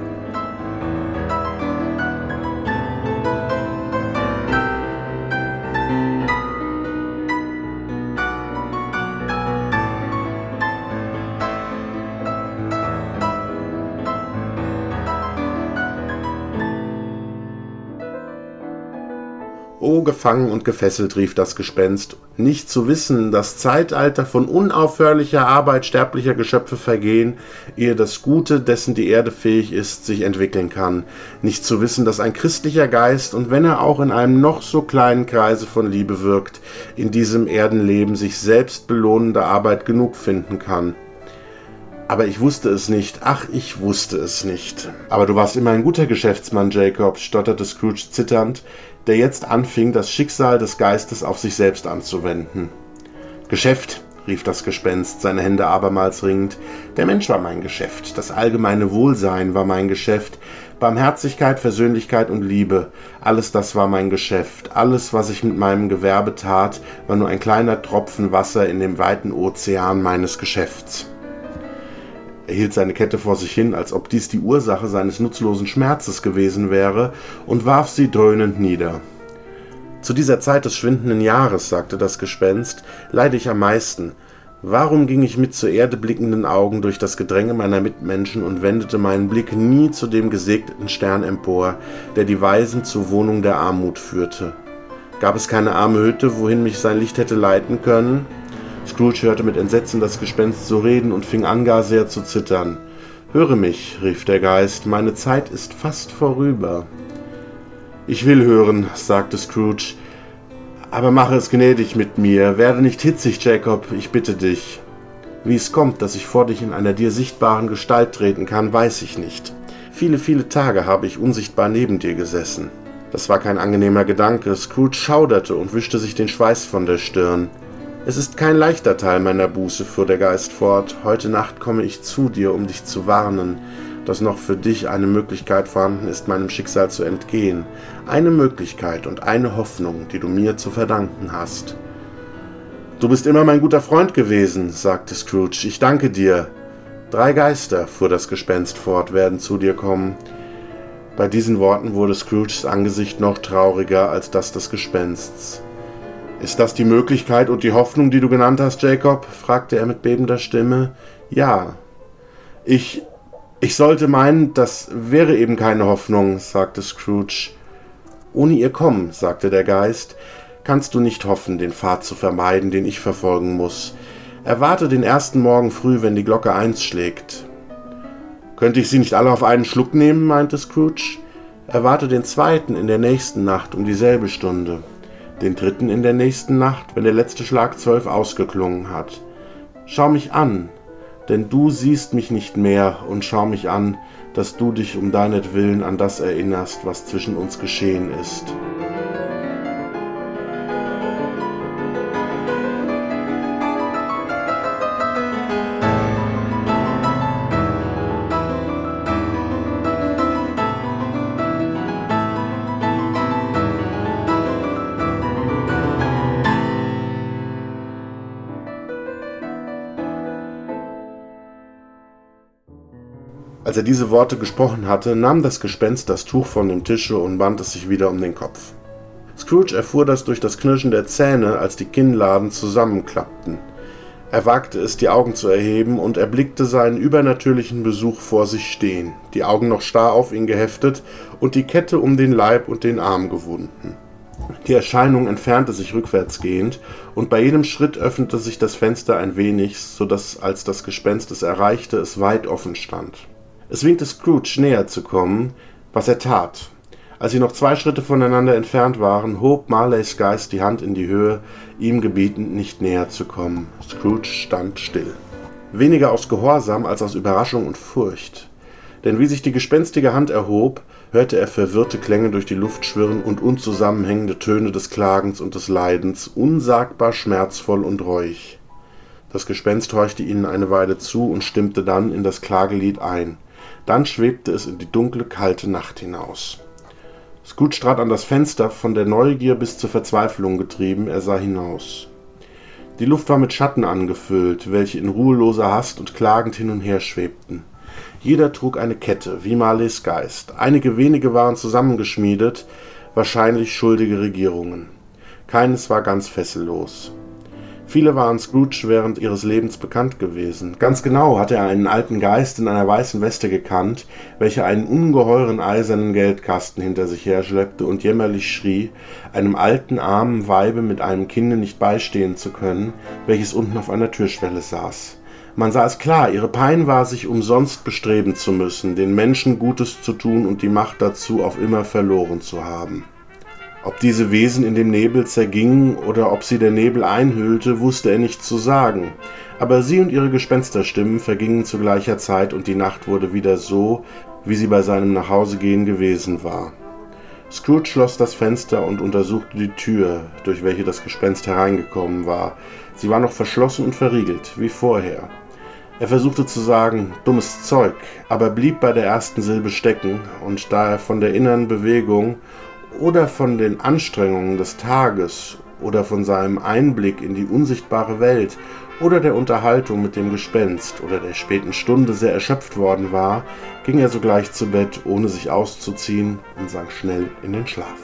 »O, gefangen und gefesselt«, rief das Gespenst, »nicht zu wissen, dass Zeitalter von unaufhörlicher Arbeit sterblicher Geschöpfe vergehen, ehe das Gute, dessen die Erde fähig ist, sich entwickeln kann. Nicht zu wissen, dass ein christlicher Geist, und wenn er auch in einem noch so kleinen Kreise von Liebe wirkt, in diesem Erdenleben sich selbst belohnende Arbeit genug finden kann. Aber ich wusste es nicht, ach, ich wusste es nicht. Aber du warst immer ein guter Geschäftsmann, Jacob«, stotterte Scrooge zitternd, der jetzt anfing, das Schicksal des Geistes auf sich selbst anzuwenden. »Geschäft«, rief das Gespenst, seine Hände abermals ringend, »der Mensch war mein Geschäft, das allgemeine Wohlsein war mein Geschäft, Barmherzigkeit, Versöhnlichkeit und Liebe, alles das war mein Geschäft, alles, was ich mit meinem Gewerbe tat, war nur ein kleiner Tropfen Wasser in dem weiten Ozean meines Geschäfts.« Er hielt seine Kette vor sich hin, als ob dies die Ursache seines nutzlosen Schmerzes gewesen wäre, und warf sie dröhnend nieder. »Zu dieser Zeit des schwindenden Jahres«, sagte das Gespenst, »leide ich am meisten. Warum ging ich mit zur Erde blickenden Augen durch das Gedränge meiner Mitmenschen und wendete meinen Blick nie zu dem gesegneten Stern empor, der die Weisen zur Wohnung der Armut führte? Gab es keine arme Hütte, wohin mich sein Licht hätte leiten können?« Scrooge hörte mit Entsetzen das Gespenst so reden und fing an, gar sehr zu zittern. »Höre mich«, rief der Geist, »meine Zeit ist fast vorüber.« »Ich will hören«, sagte Scrooge, »aber mache es gnädig mit mir. Werde nicht hitzig, Jacob, ich bitte dich. Wie es kommt, dass ich vor dich in einer dir sichtbaren Gestalt treten kann, weiß ich nicht. Viele, viele Tage habe ich unsichtbar neben dir gesessen.« Das war kein angenehmer Gedanke. Scrooge schauderte und wischte sich den Schweiß von der Stirn. »Es ist kein leichter Teil meiner Buße«, fuhr der Geist fort. »Heute Nacht komme ich zu dir, um dich zu warnen, dass noch für dich eine Möglichkeit vorhanden ist, meinem Schicksal zu entgehen. Eine Möglichkeit und eine Hoffnung, die du mir zu verdanken hast.« »Du bist immer mein guter Freund gewesen«, sagte Scrooge. »Ich danke dir. 3 Geister«, fuhr das Gespenst fort, »werden zu dir kommen.« Bei diesen Worten wurde Scrooges Angesicht noch trauriger als das des Gespensts. »Ist das die Möglichkeit und die Hoffnung, die du genannt hast, Jacob?« fragte er mit bebender Stimme. »Ja. Ich Ich sollte meinen, das wäre eben keine Hoffnung, sagte Scrooge. Ohne ihr Kommen, sagte der Geist, kannst du nicht hoffen, den Pfad zu vermeiden, den ich verfolgen muss. Erwarte den ersten Morgen früh, wenn die Glocke 1 schlägt. Könnte ich sie nicht alle auf einen Schluck nehmen, meinte Scrooge. Erwarte den zweiten in der nächsten Nacht um dieselbe Stunde, den dritten in der nächsten Nacht, wenn der letzte Schlag 12 ausgeklungen hat. Schau mich an, denn du siehst mich nicht mehr, und schau mich an, dass du dich um deinetwillen an das erinnerst, was zwischen uns geschehen ist. Als er diese Worte gesprochen hatte, nahm das Gespenst das Tuch von dem Tische und band es sich wieder um den Kopf. Scrooge erfuhr das durch das Knirschen der Zähne, als die Kinnladen zusammenklappten. Er wagte es, die Augen zu erheben, und erblickte seinen übernatürlichen Besuch vor sich stehen, die Augen noch starr auf ihn geheftet und die Kette um den Leib und den Arm gewunden. Die Erscheinung entfernte sich rückwärtsgehend, und bei jedem Schritt öffnete sich das Fenster ein wenig, so dass, als das Gespenst es erreichte, es weit offen stand. Es winkte Scrooge, näher zu kommen, was er tat. Als sie noch 2 Schritte voneinander entfernt waren, hob Marleys Geist die Hand in die Höhe, ihm gebietend, nicht näher zu kommen. Scrooge stand still. Weniger aus Gehorsam als aus Überraschung und Furcht. Denn wie sich die gespenstige Hand erhob, hörte er verwirrte Klänge durch die Luft schwirren und unzusammenhängende Töne des Klagens und des Leidens, unsagbar schmerzvoll und reuig. Das Gespenst horchte ihnen eine Weile zu und stimmte dann in das Klagelied ein. Dann schwebte es in die dunkle, kalte Nacht hinaus. Scrooge trat an das Fenster, von der Neugier bis zur Verzweiflung getrieben, er sah hinaus. Die Luft war mit Schatten angefüllt, welche in ruheloser Hast und klagend hin und her schwebten. Jeder trug eine Kette, wie Marleys Geist. Einige wenige waren zusammengeschmiedet, wahrscheinlich schuldige Regierungen. Keines war ganz fessellos. Viele waren Scrooge während ihres Lebens bekannt gewesen. Ganz genau hatte er einen alten Geist in einer weißen Weste gekannt, welcher einen ungeheuren eisernen Geldkasten hinter sich herschleppte und jämmerlich schrie, einem alten, armen Weibe mit einem Kinde nicht beistehen zu können, welches unten auf einer Türschwelle saß. Man sah es klar, ihre Pein war, sich umsonst bestreben zu müssen, den Menschen Gutes zu tun und die Macht dazu auf immer verloren zu haben. Ob diese Wesen in dem Nebel zergingen oder ob sie der Nebel einhüllte, wusste er nicht zu sagen. Aber sie und ihre Gespensterstimmen vergingen zu gleicher Zeit und die Nacht wurde wieder so, wie sie bei seinem Nachhausegehen gewesen war. Scrooge schloss das Fenster und untersuchte die Tür, durch welche das Gespenst hereingekommen war. Sie war noch verschlossen und verriegelt, wie vorher. Er versuchte zu sagen, dummes Zeug, aber blieb bei der ersten Silbe stecken, und da er von der inneren Bewegung oder von den Anstrengungen des Tages oder von seinem Einblick in die unsichtbare Welt oder der Unterhaltung mit dem Gespenst oder der späten Stunde sehr erschöpft worden war, ging er sogleich zu Bett, ohne sich auszuziehen, und sank schnell in den Schlaf.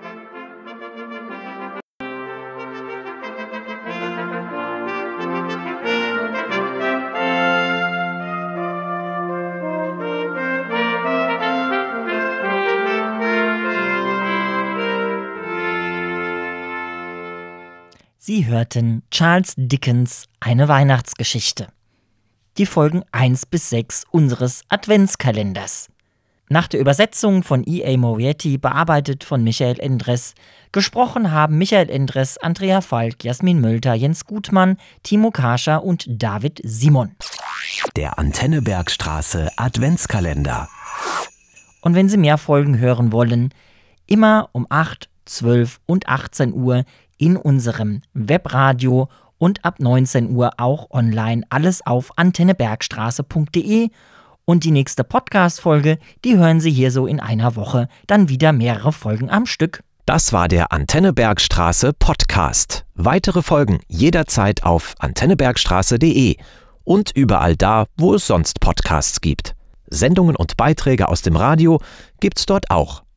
Sie hörten Charles Dickens' Eine Weihnachtsgeschichte. Die Folgen 1 bis 6 unseres Adventskalenders. Nach der Übersetzung von E.A. Moriarty, bearbeitet von Michael Endres. Gesprochen haben Michael Endres, Andrea Falk, Jasmin Mölter, Jens Gutmann, Timo Kascher und David Simon. Der Antennebergstraße Adventskalender. Und wenn Sie mehr Folgen hören wollen, immer um 8, 12 und 18 Uhr in unserem Webradio und ab 19 Uhr auch online. Alles auf antennebergstraße.de. Und die nächste Podcast-Folge, die hören Sie hier so in einer Woche. Dann wieder mehrere Folgen am Stück. Das war der Antennebergstraße Podcast. Weitere Folgen jederzeit auf antennebergstraße.de und überall da, wo es sonst Podcasts gibt. Sendungen und Beiträge aus dem Radio gibt's dort auch.